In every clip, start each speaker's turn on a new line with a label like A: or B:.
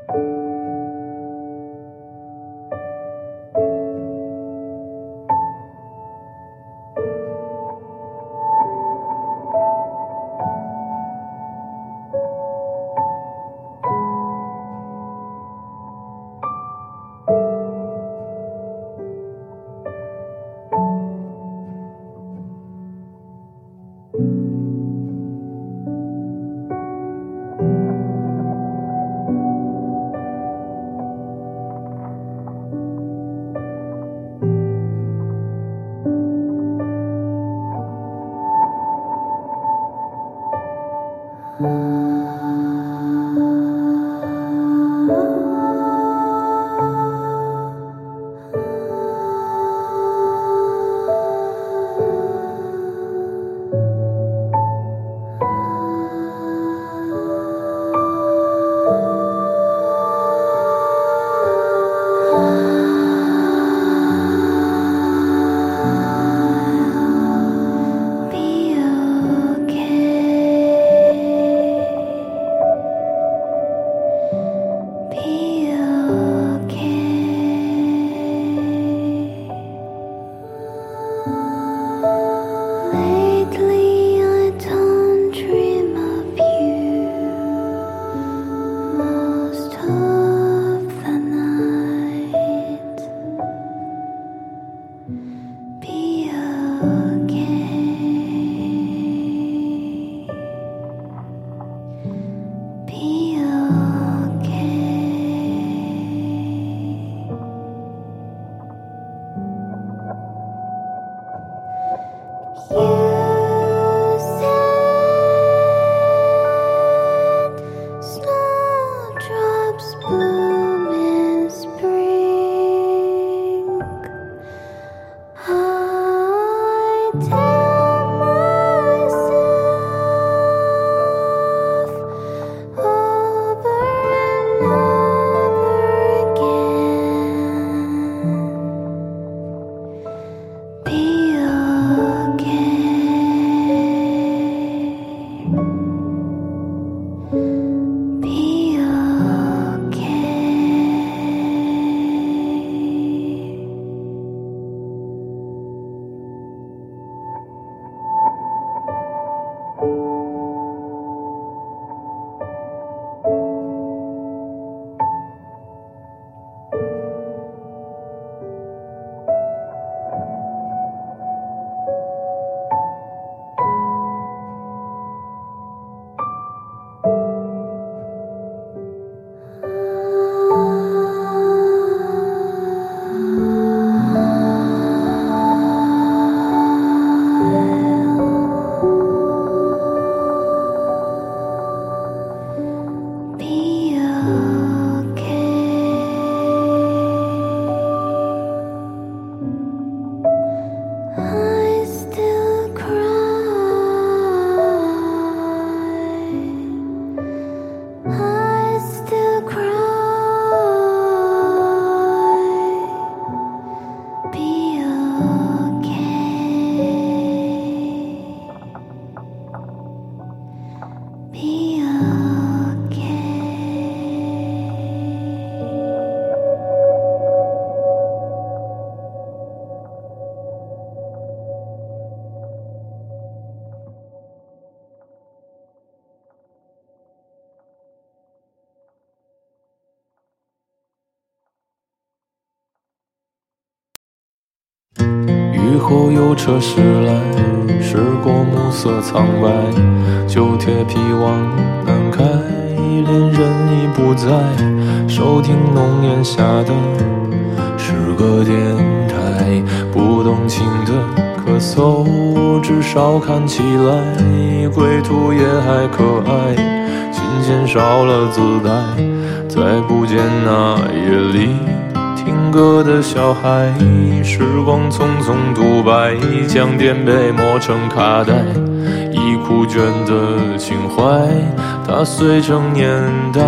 A: 雨后有车驶来，驶过暮色苍白，旧铁皮往南开，恋人已不在，收听浓烟下的是个电台，不动情的咳嗽，至少看起来归途也还可爱，琴弦少了姿态，再不见那夜里听歌的小孩，时光匆匆独白，将颠沛磨成卡带，已枯卷的情怀它碎成年代。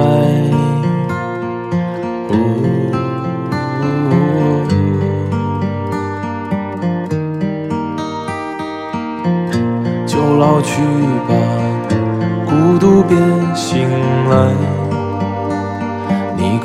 A: 就老去吧，孤独别醒来，你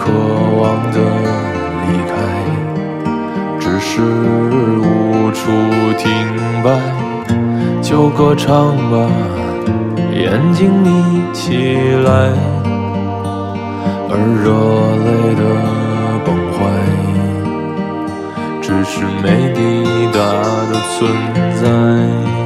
A: 望的离开，只是无处停摆。就歌唱吧，眼睛眯起来，而热泪的崩坏，只是没抵达的存在。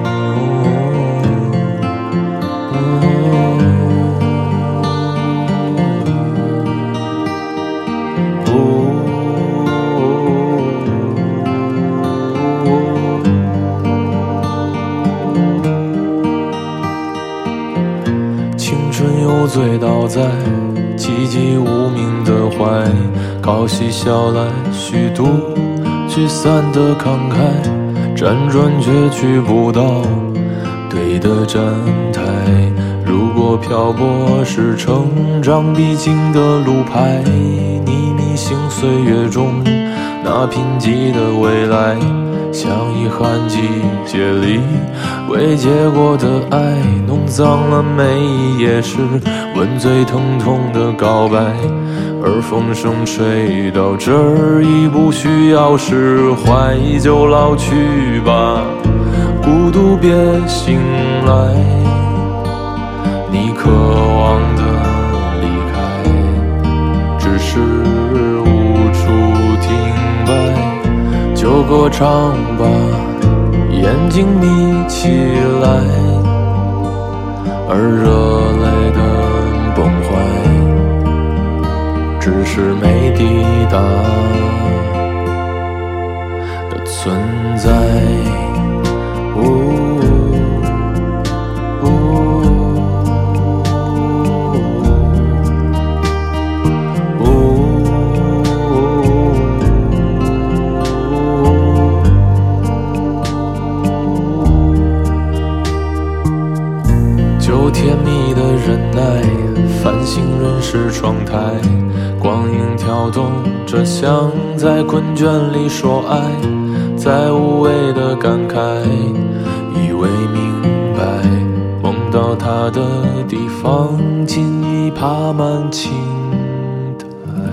A: 醉倒在寂寂无名的怀，靠嬉笑来虚度聚散的慷慨，辗转却去不到对的站台。如果漂泊是成长必经的路牌，你迷信岁月中那贫瘠的未来，像遗憾季节里未结果的爱，弄脏了每一页是吻最疼痛的告白。而风声吹到这儿已不需要释怀，就老去吧，孤独别醒来，你渴望的离开，只是无处停摆。就歌唱吧，眼睛眯起来，而热泪的崩坏，只是没抵达的存在。甜蜜的忍耐，繁星润湿窗台，光影跳动着，像在困倦里说爱，在无谓的感慨，以为明白，梦到他的地方，尽已爬满青苔。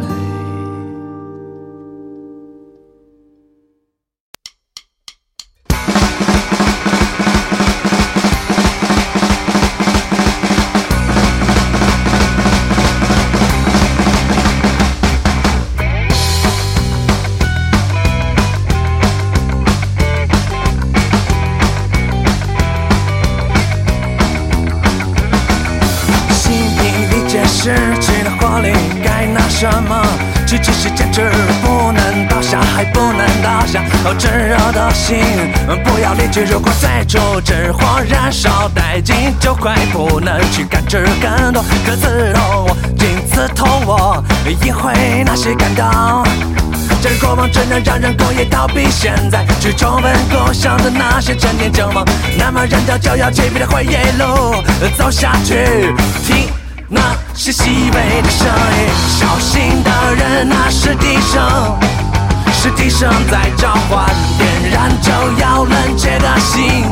B: 失去了活力，该拿什么去继续坚持？不能倒下，还不能倒下。炙热的心，不要离去。如果最初只火燃烧殆尽，就快不能去感知更多。各自痛我，镜子痛我，一回那些感动。这过往只能让人故意逃避，现在去重温故乡的那些陈年旧梦。那么扔掉就要起笔的回忆录，走下去，听那些细微的声音，小心的人那是笛声，是笛声在召唤，点燃就要冷却的心，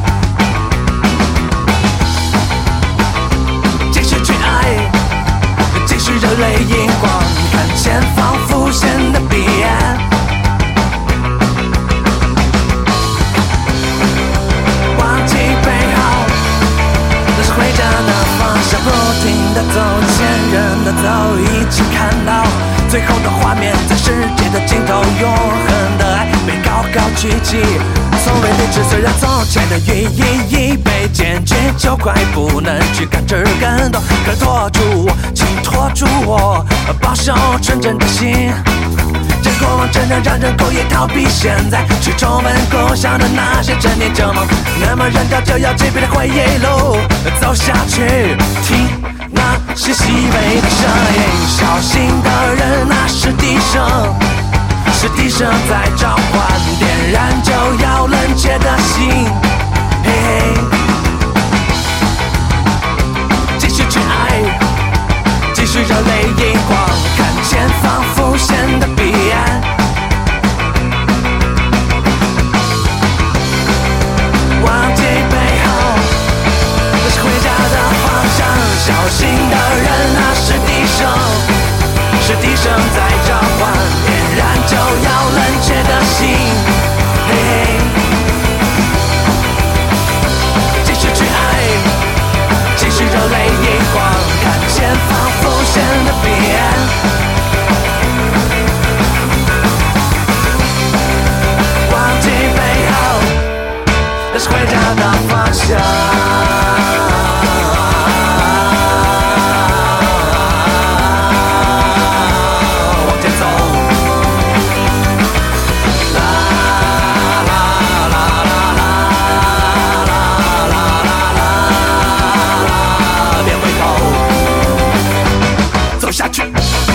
B: 继续去爱，继续热泪盈眶，看前方浮现的彼岸，忘记背后，那是回家的方向，不停地走，前人的走，一起看到最后的画面，在世界的尽头，永恒的爱被高高举起，从未理智，虽然从前的寓意已被坚决，就快不能去感知更多，可拖住我，请拖住我，保守纯真的心。这过往真的让人故意逃避，现在去重温故乡的那些陈年旧梦，那么扔掉就要记笔的回忆录，走下去，听那些细微的声音，小心的人那是笛声，是笛声在召唤，点燃就要冷却的心，嘿嘿，继续去爱，继续热泪盈眶，看前方浮现的彼岸，忘记背后，那是回家的方向，小心的人那是笛声，是笛声在下去。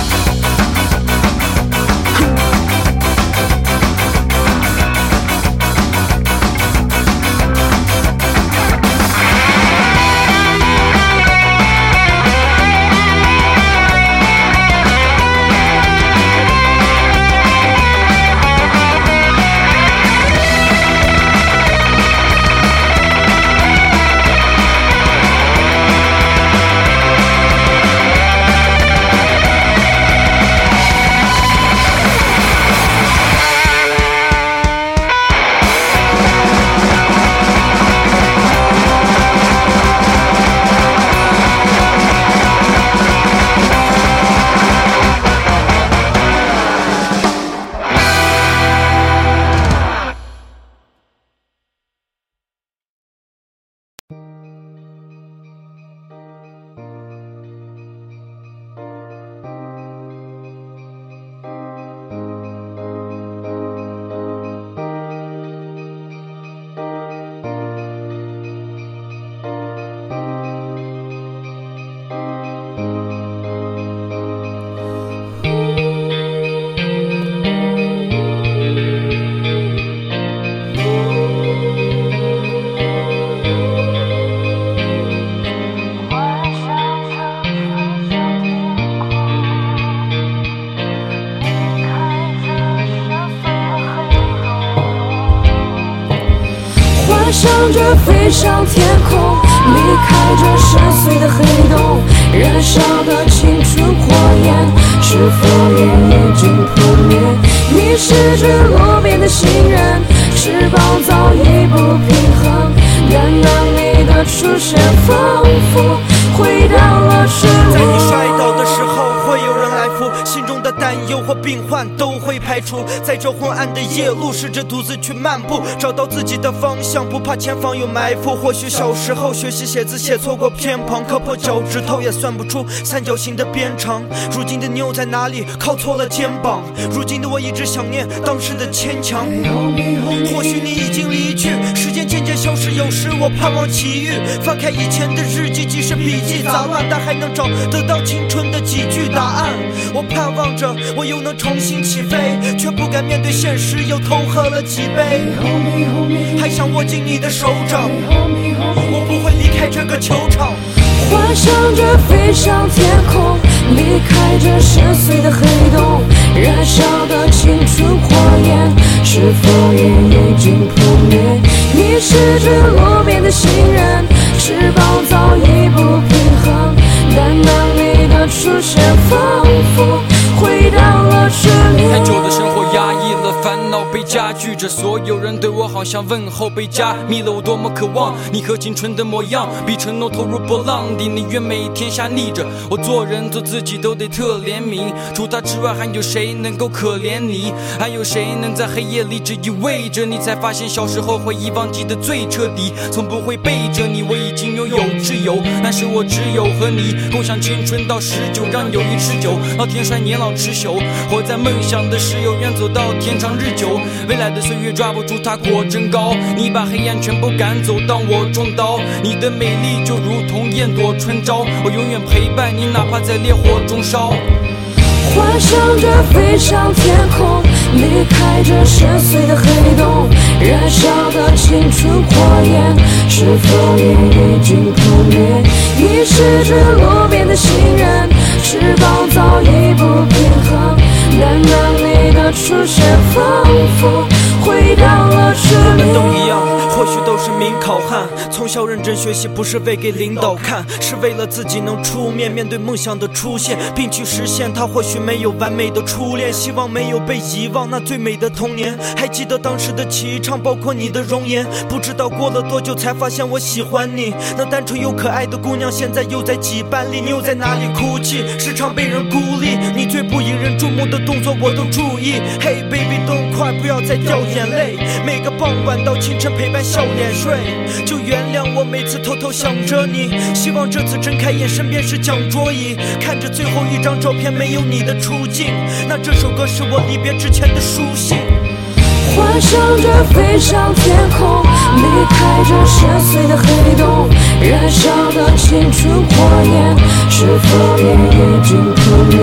C: 想着飞上天空，离开这深邃的黑洞，燃烧的青春火焰，是否也已经扑灭？你是只路边的行人，翅膀早已不平衡，但当你的出现，仿佛回到了失落。
D: 在你摔倒的时候，会有人来扶，心中的担忧或病患都会排除。在这昏暗的夜路，试着独自去漫步，找到自己的方向，不怕前方有埋伏。或许小时候学习写字写错过偏旁，磕破脚趾头也算不出三角形的边长。如今的你又在哪里？靠错了肩膀。如今的我一直想念当时的牵强。或许你已经离去，时间渐渐消失，有时我盼望奇遇，翻开以前的日记，即使笔记杂乱，但还能找得到青春的几句答案。我盼望着我又能重新起飞，却不敢面对现实，又偷喝了几杯。还想握紧你的手掌，我不会离开这个球场。
C: 幻想着飞上天空，离开这深邃的黑洞，燃烧的青春火焰，是否也已经扑灭？你是只路边的行人，翅膀早已不平衡，但当你的出现，仿佛回到了失恋。
E: 太久的生活压抑了，烦恼被加剧着，所有人对我好像问候被加密了。我多么渴望你和青春的模样，比承诺投入波浪里，宁愿每天瞎逆着。我做人做自己都得特怜悯，除他之外还有谁能够可怜你？还有谁能在黑夜里只意味着你？才发现小时候回忆忘记的最彻底，从不会背着你，我已经拥有挚友，但是我只有和你共享青春到19，让友谊持久到天衰年老持朽。活在梦想的室友，愿走到天长日久。未来的岁月抓不住它，果真高。你把黑暗全部赶走，当我中刀。你的美丽就如同焰朵春朝，我永远陪伴你，哪怕在烈火中烧。
C: 幻想着飞上天空，离开这深邃的黑洞，燃烧的青春火焰，是否也已经扑灭？你是只路边的行人，翅膀早已不平衡，但当你的出现，仿佛回到了失
D: 我们
C: 恋。
D: 都一样，或许都是名考汉，从小认真学习，不是为给领导看，是为了自己能出面，面对梦想的出现，并去实现它。或许没有完美的初恋，希望没有被遗忘那最美的童年。还记得当时的齐唱，包括你的容颜，不知道过了多久才发现我喜欢你。那单纯又可爱的姑娘，现在又在几班里，你又在哪里哭泣？时常被人孤立，你最不引人注目的动作我都注意。Hey baby don't cry， 不要再掉眼泪，每个傍晚到清晨陪伴笑脸睡，就原谅我每次偷偷想着你。希望这次睁开眼，身边是讲桌椅，看着最后一张照片没有你的出镜，那这首歌是我离别之前的书信。
C: 幻想着飞上天空，离开这深邃的黑洞，燃烧的青春火焰，是否也已经扑灭？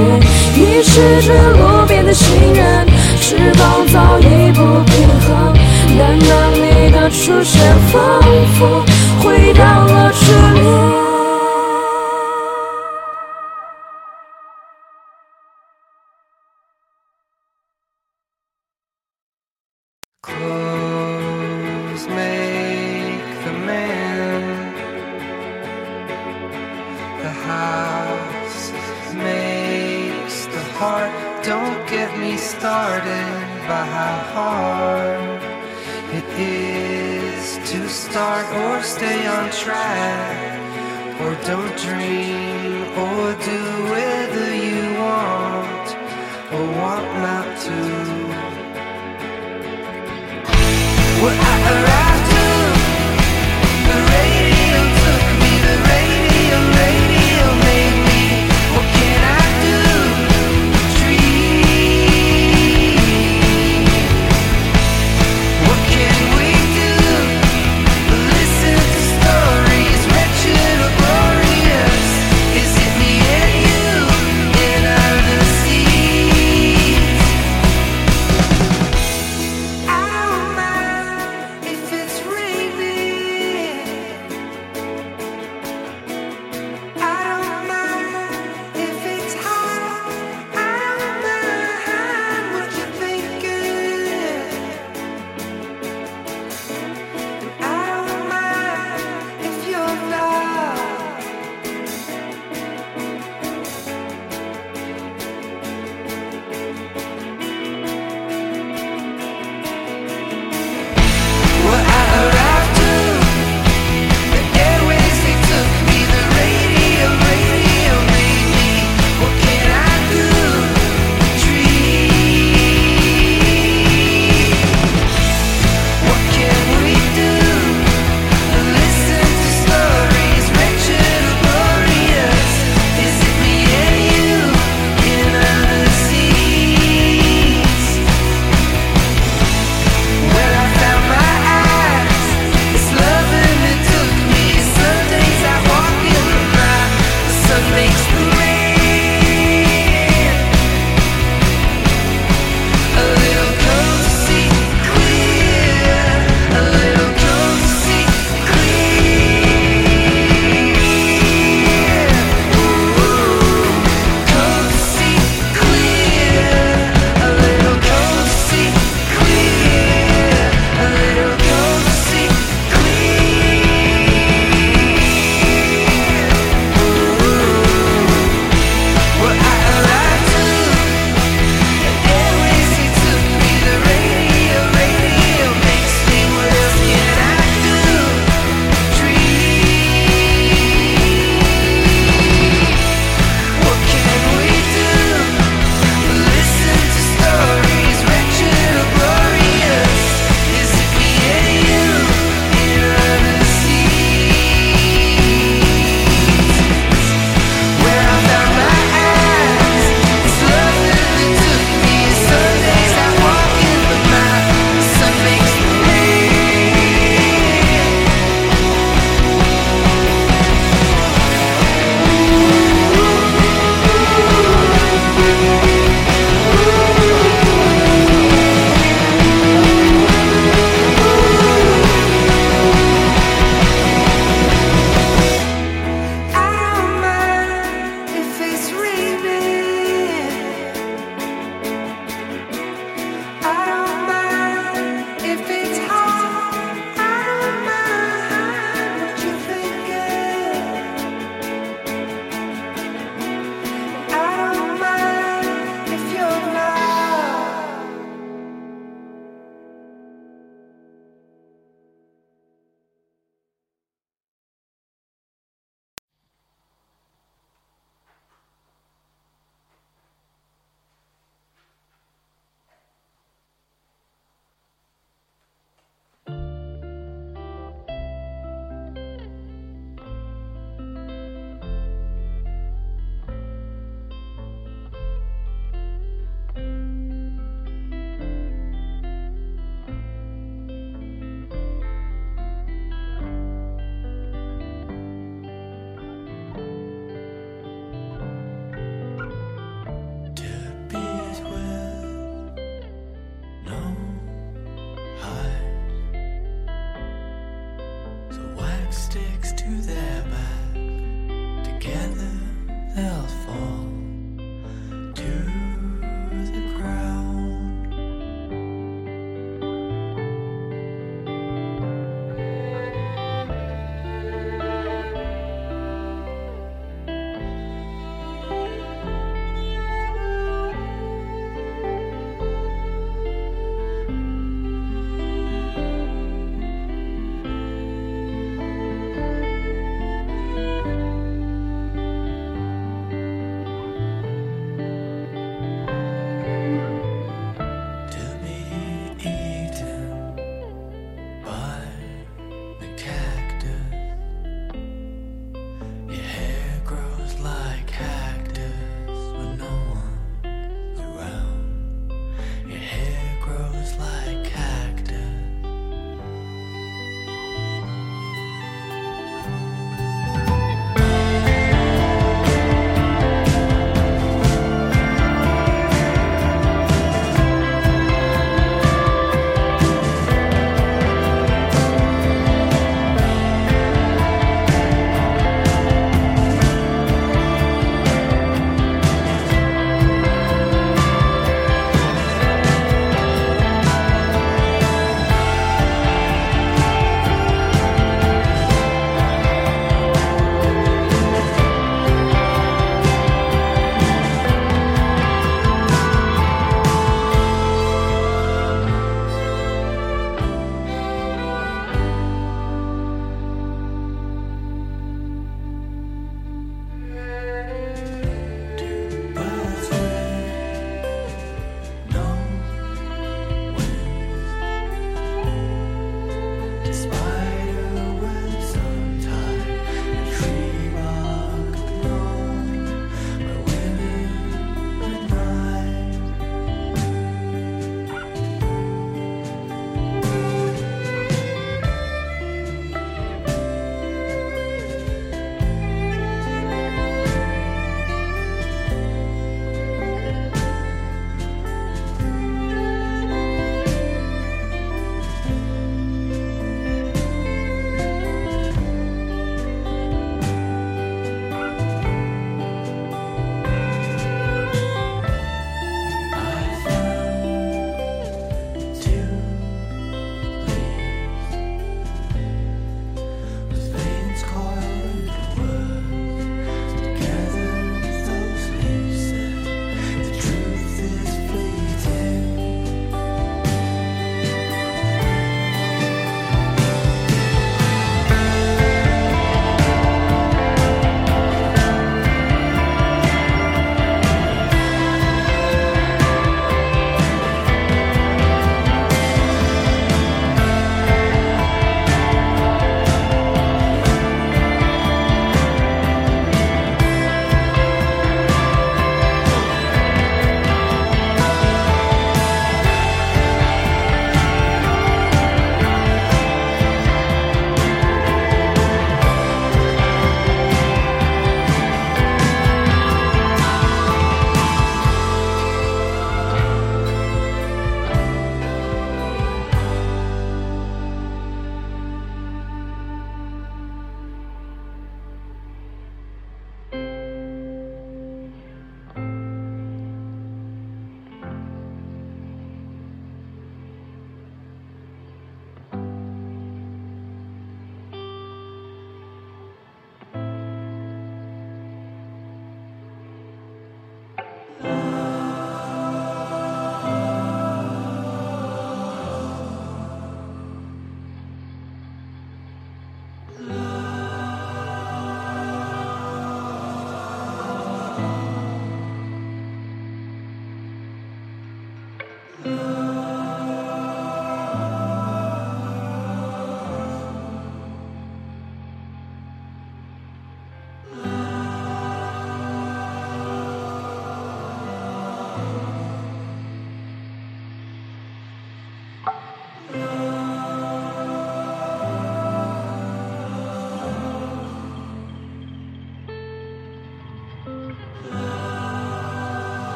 C: 只是路边的行人，翅膀早已不平衡。但当你的出现，仿佛回到了初恋。
B: Clothes make the man, the house makes the heart. Don't get me started by how hard it is to start or stay on track, or don't dream or do whether you want or want not to. What I arrived to, the radio took me, the radio made me. What can I do? Dream. What can we do? Listen to stories, wretched or glorious. Is it me and you?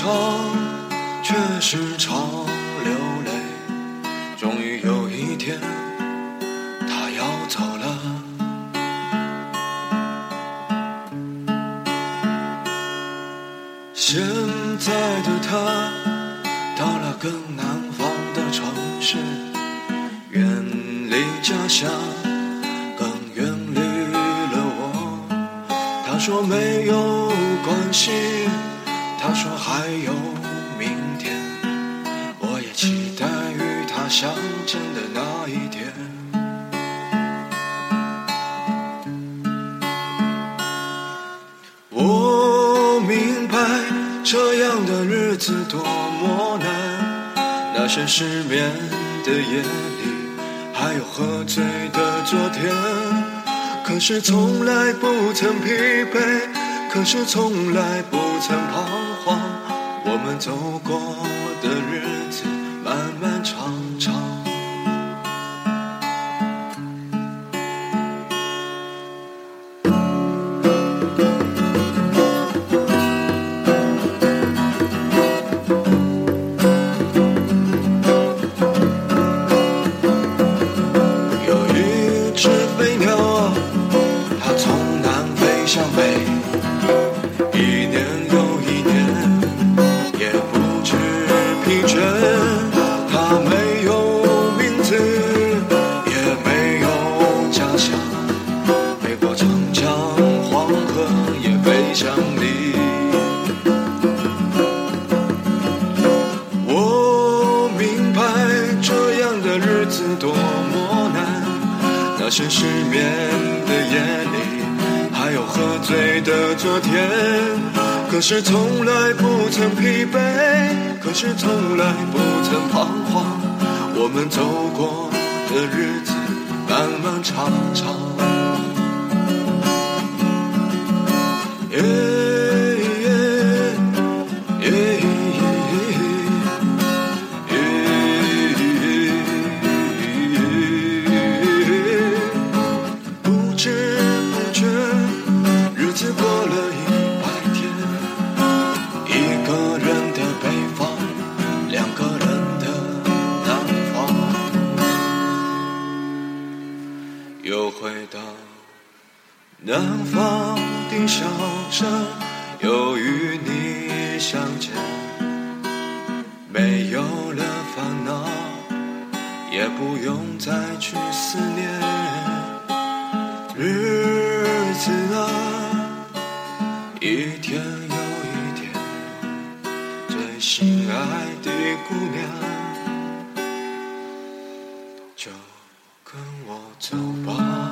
F: 却时常流泪。终于有一天他要走了，现在的他到了更南方的城市，远离家乡，更远离了我。他说没有关系，他说还有明天，我也期待与他相见的那一天。我明白这样的日子多么难，那些失眠的夜里，还有喝醉的昨天。可是从来不曾疲惫，可是从来不曾彷徨，我们走过的日子漫漫长长。那些失眠的夜里，还有喝醉的昨天。可是从来不曾疲惫，可是从来不曾彷徨，我们走过的日子漫漫长长。南方的小镇又与你相见，没有了烦恼，也不用再去思念。日子啊，一天又一天，最心爱的姑娘，就跟我走吧。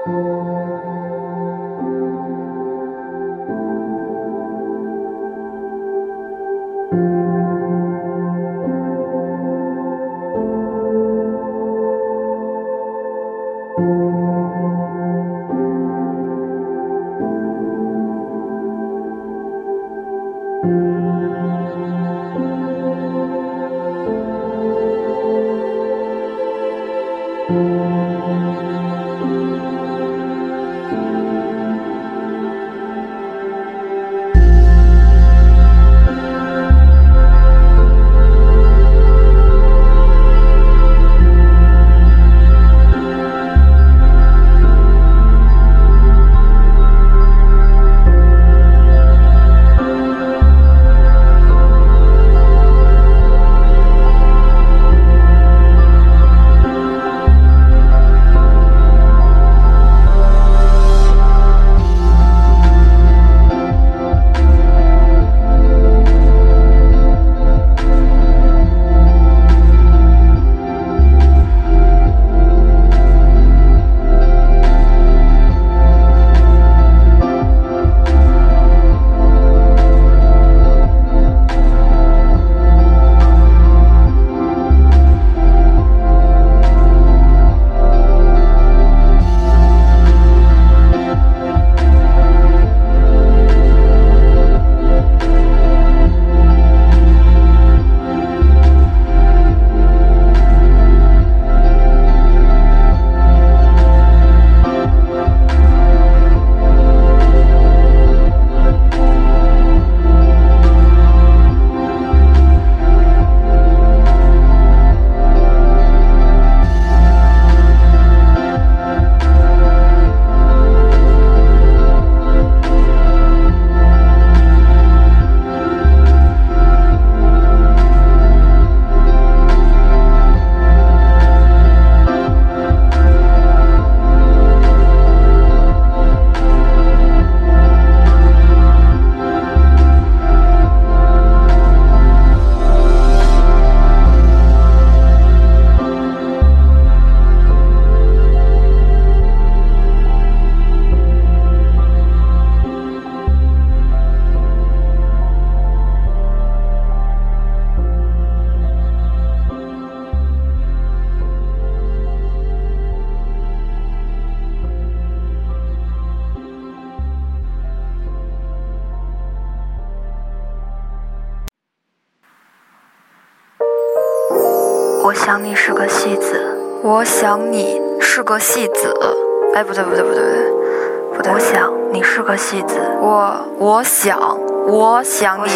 G: 我想你是个戏子，我想你是个戏子。哎，不对，我想你是个戏子，我想你。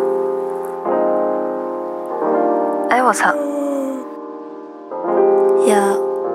G: 哎，我操呀！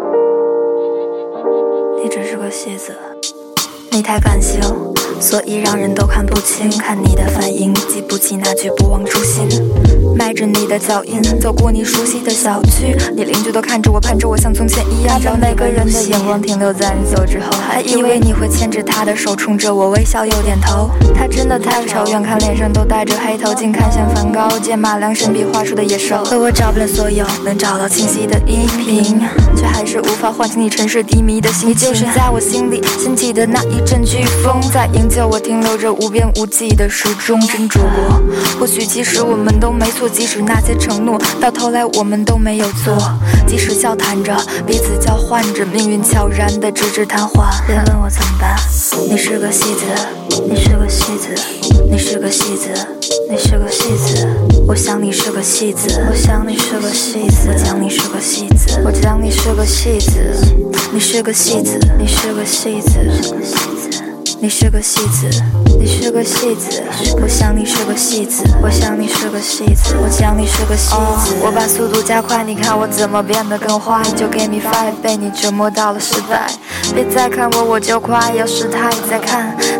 G: 你只是个戏子，你太感性，所以让人都看不清。看你的反应，记不起那句不忘初心。迈着你的脚印，走过你熟悉的小区，你邻居都看着我，盼着我像从前一样。让每个人的眼光停留在你走之后，还以为你会牵着他的手，冲着我微笑又点头。他真的太丑，远看脸上都戴着黑头，近看像梵高剑马良神笔画出的野兽。可我找遍所有能找到清晰的音频，却还是无法唤醒你沉睡低迷的心情。你就是在我心里掀起的那一阵飓风，在营救我停留着无边无际的时钟斟酌过。或许其实我们都没错，即使那些承诺到头来我们都没有做，即使笑谈着彼此交换着，命运悄然的直至瘫痪。别问我怎么办，你是个戏子，你是个戏子，你是个戏子，你是个戏子。我想你是个戏子，我想你是个戏子，我想你是个戏子，我想你是个戏子，你是个戏子，你是个戏子，你是个戏子，你是个戏子，我想你是个戏子，我想你是个戏子，我想你是个戏子。我把速度加快，你看我怎么变得更坏，就 give me five， 被你折磨到了失败。别再看我，我就快要失态。再看你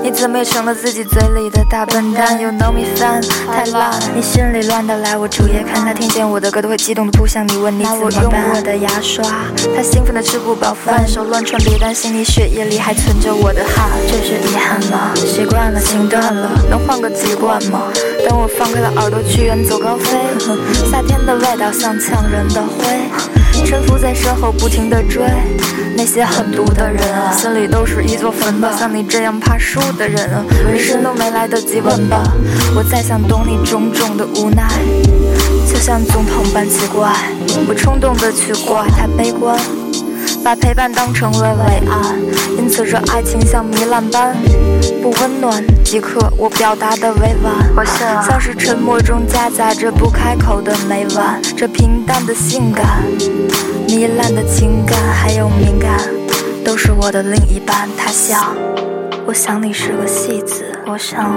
G: 你怎么也成了自己嘴里的大笨蛋？ You know me fan 太烂，你心里乱的来我主页看，他听见我的歌都会激动的扑向你，问你怎么办？我用我的牙刷，他兴奋的吃不饱饭，手乱窜，别担心你血液里还存着我的汗。这是遗憾吗？习惯了，情断了，能换个籍贯吗？等我放开了耳朵去远走高飞，夏天的味道像呛人的灰，沉浮在身后不停地追那些狠毒的人啊，心里都是一座坟吧。像你这样怕输的人啊，人生都没来得及问吧。我再想懂你种种的无奈，就像总统般奇怪，我冲动的去怪他悲观，把陪伴当成了伟岸，因此这爱情像糜烂般不温暖。即刻我表达的委婉，像是沉默中夹杂着不开口的每晚，这平淡的性感，糜烂的情感还有敏感，都是我的另一半。他想，我想你是个戏子，我想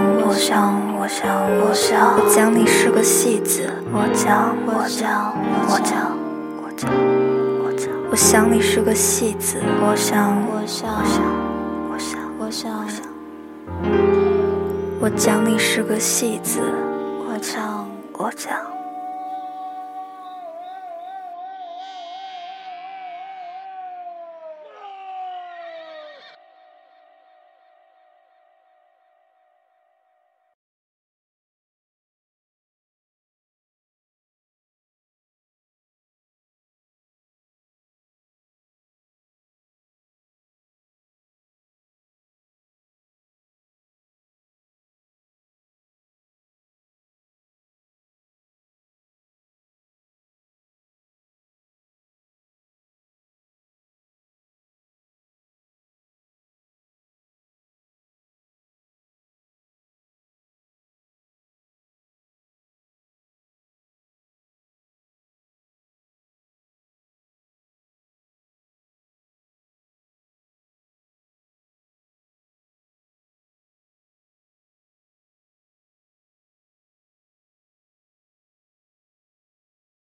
G: 你是个戏子，我想你是个戏子，我想你是个戏子，我讲。